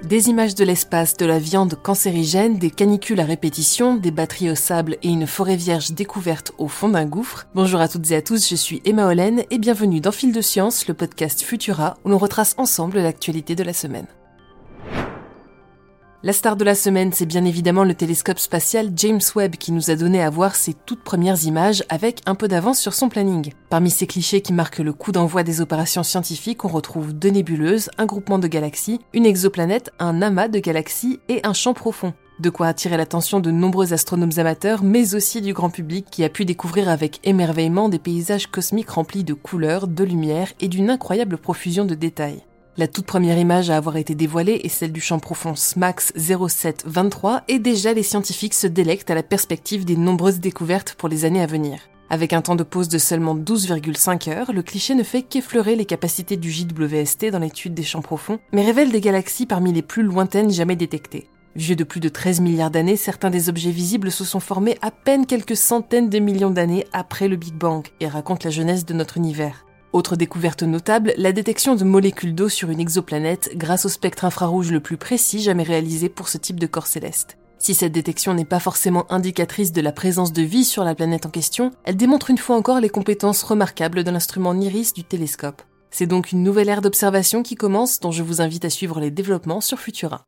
Des images de l'espace, de la viande cancérigène, des canicules à répétition, des batteries au sable et une forêt vierge découverte au fond d'un gouffre. Bonjour à toutes et à tous, je suis Emma Hollen et bienvenue dans Fil de Science, le podcast Futura où l'on retrace ensemble l'actualité de la semaine. La star de la semaine, c'est bien évidemment le télescope spatial James Webb qui nous a donné à voir ses toutes premières images avec un peu d'avance sur son planning. Parmi ces clichés qui marquent le coup d'envoi des opérations scientifiques, on retrouve deux nébuleuses, un groupement de galaxies, une exoplanète, un amas de galaxies et un champ profond. De quoi attirer l'attention de nombreux astronomes amateurs, mais aussi du grand public qui a pu découvrir avec émerveillement des paysages cosmiques remplis de couleurs, de lumière et d'une incroyable profusion de détails. La toute première image à avoir été dévoilée est celle du champ profond SMACS 0723 et déjà les scientifiques se délectent à la perspective des nombreuses découvertes pour les années à venir. Avec un temps de pause de seulement 12,5 heures, le cliché ne fait qu'effleurer les capacités du JWST dans l'étude des champs profonds, mais révèle des galaxies parmi les plus lointaines jamais détectées. Vieux de plus de 13 milliards d'années, certains des objets visibles se sont formés à peine quelques centaines de millions d'années après le Big Bang et racontent la jeunesse de notre univers. Autre découverte notable, la détection de molécules d'eau sur une exoplanète grâce au spectre infrarouge le plus précis jamais réalisé pour ce type de corps céleste. Si cette détection n'est pas forcément indicatrice de la présence de vie sur la planète en question, elle démontre une fois encore les compétences remarquables de l'instrument NIRISS du télescope. C'est donc une nouvelle ère d'observation qui commence dont je vous invite à suivre les développements sur Futura.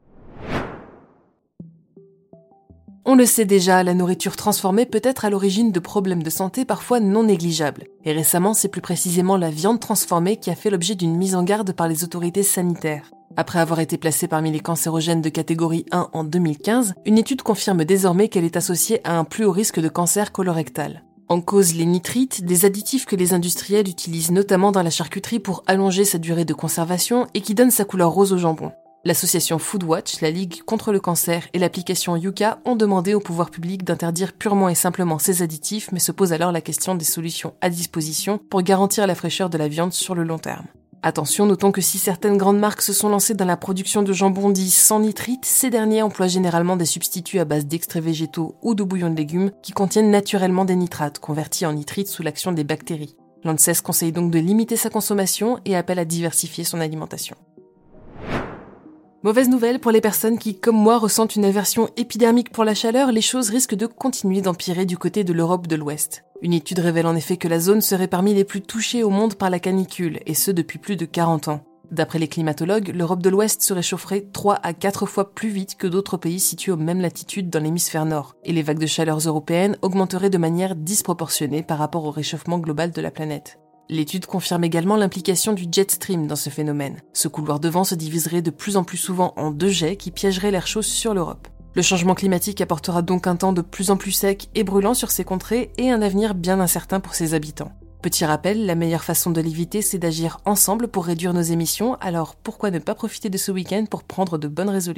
On le sait déjà, la nourriture transformée peut être à l'origine de problèmes de santé parfois non négligeables. Et récemment, c'est plus précisément la viande transformée qui a fait l'objet d'une mise en garde par les autorités sanitaires. Après avoir été placée parmi les cancérogènes de catégorie 1 en 2015, une étude confirme désormais qu'elle est associée à un plus haut risque de cancer colorectal. En cause les nitrites, des additifs que les industriels utilisent notamment dans la charcuterie pour allonger sa durée de conservation et qui donnent sa couleur rose au jambon. L'association Foodwatch, la Ligue contre le cancer et l'application Yuka ont demandé au pouvoir public d'interdire purement et simplement ces additifs, mais se pose alors la question des solutions à disposition pour garantir la fraîcheur de la viande sur le long terme. Attention, notons que si certaines grandes marques se sont lancées dans la production de jambon dit sans nitrite, ces derniers emploient généralement des substituts à base d'extraits végétaux ou de bouillon de légumes qui contiennent naturellement des nitrates, convertis en nitrites sous l'action des bactéries. L'ANSES conseille donc de limiter sa consommation et appelle à diversifier son alimentation. Mauvaise nouvelle pour les personnes qui, comme moi, ressentent une aversion épidermique pour la chaleur, les choses risquent de continuer d'empirer du côté de l'Europe de l'Ouest. Une étude révèle en effet que la zone serait parmi les plus touchées au monde par la canicule, et ce depuis plus de 40 ans. D'après les climatologues, l'Europe de l'Ouest se réchaufferait 3 à 4 fois plus vite que d'autres pays situés aux mêmes latitudes dans l'hémisphère nord, et les vagues de chaleur européennes augmenteraient de manière disproportionnée par rapport au réchauffement global de la planète. L'étude confirme également l'implication du jet stream dans ce phénomène. Ce couloir de vent se diviserait de plus en plus souvent en deux jets qui piégeraient l'air chaud sur l'Europe. Le changement climatique apportera donc un temps de plus en plus sec et brûlant sur ces contrées et un avenir bien incertain pour ses habitants. Petit rappel, la meilleure façon de l'éviter, c'est d'agir ensemble pour réduire nos émissions, alors pourquoi ne pas profiter de ce week-end pour prendre de bonnes résolutions ?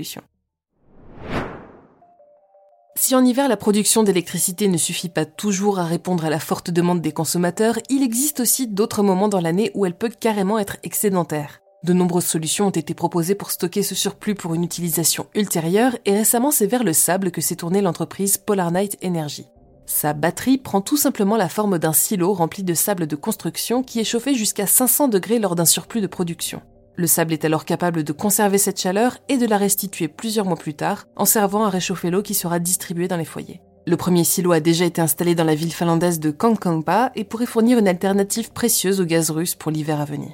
Si en hiver la production d'électricité ne suffit pas toujours à répondre à la forte demande des consommateurs, il existe aussi d'autres moments dans l'année où elle peut carrément être excédentaire. De nombreuses solutions ont été proposées pour stocker ce surplus pour une utilisation ultérieure et récemment c'est vers le sable que s'est tournée l'entreprise Polar Night Energy. Sa batterie prend tout simplement la forme d'un silo rempli de sable de construction qui est chauffé jusqu'à 500 degrés lors d'un surplus de production. Le sable est alors capable de conserver cette chaleur et de la restituer plusieurs mois plus tard, en servant à réchauffer l'eau qui sera distribuée dans les foyers. Le premier silo a déjà été installé dans la ville finlandaise de Kankaanpää et pourrait fournir une alternative précieuse au gaz russe pour l'hiver à venir.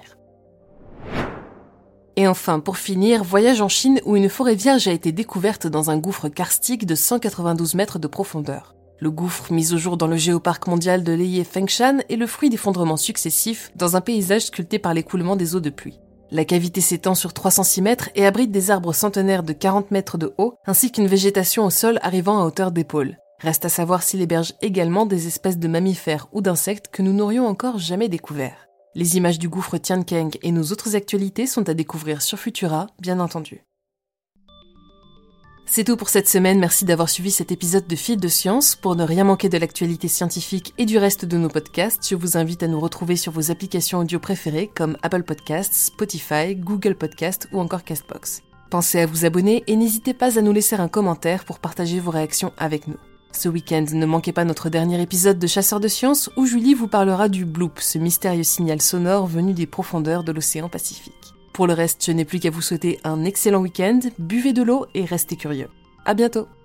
Et enfin, pour finir, voyage en Chine où une forêt vierge a été découverte dans un gouffre karstique de 192 mètres de profondeur. Le gouffre, mis au jour dans le géoparc mondial de Leye Fengshan, est le fruit d'effondrements successifs dans un paysage sculpté par l'écoulement des eaux de pluie. La cavité s'étend sur 306 mètres et abrite des arbres centenaires de 40 mètres de haut, ainsi qu'une végétation au sol arrivant à hauteur d'épaule. Reste à savoir s'il héberge également des espèces de mammifères ou d'insectes que nous n'aurions encore jamais découverts. Les images du gouffre Tiankeng et nos autres actualités sont à découvrir sur Futura, bien entendu. C'est tout pour cette semaine, merci d'avoir suivi cet épisode de Fil de Science. Pour ne rien manquer de l'actualité scientifique et du reste de nos podcasts, je vous invite à nous retrouver sur vos applications audio préférées comme Apple Podcasts, Spotify, Google Podcasts ou encore Castbox. Pensez à vous abonner et n'hésitez pas à nous laisser un commentaire pour partager vos réactions avec nous. Ce week-end, ne manquez pas notre dernier épisode de Chasseurs de Sciences où Julie vous parlera du bloop, ce mystérieux signal sonore venu des profondeurs de l'océan Pacifique. Pour le reste, je n'ai plus qu'à vous souhaiter un excellent week-end, buvez de l'eau et restez curieux. À bientôt!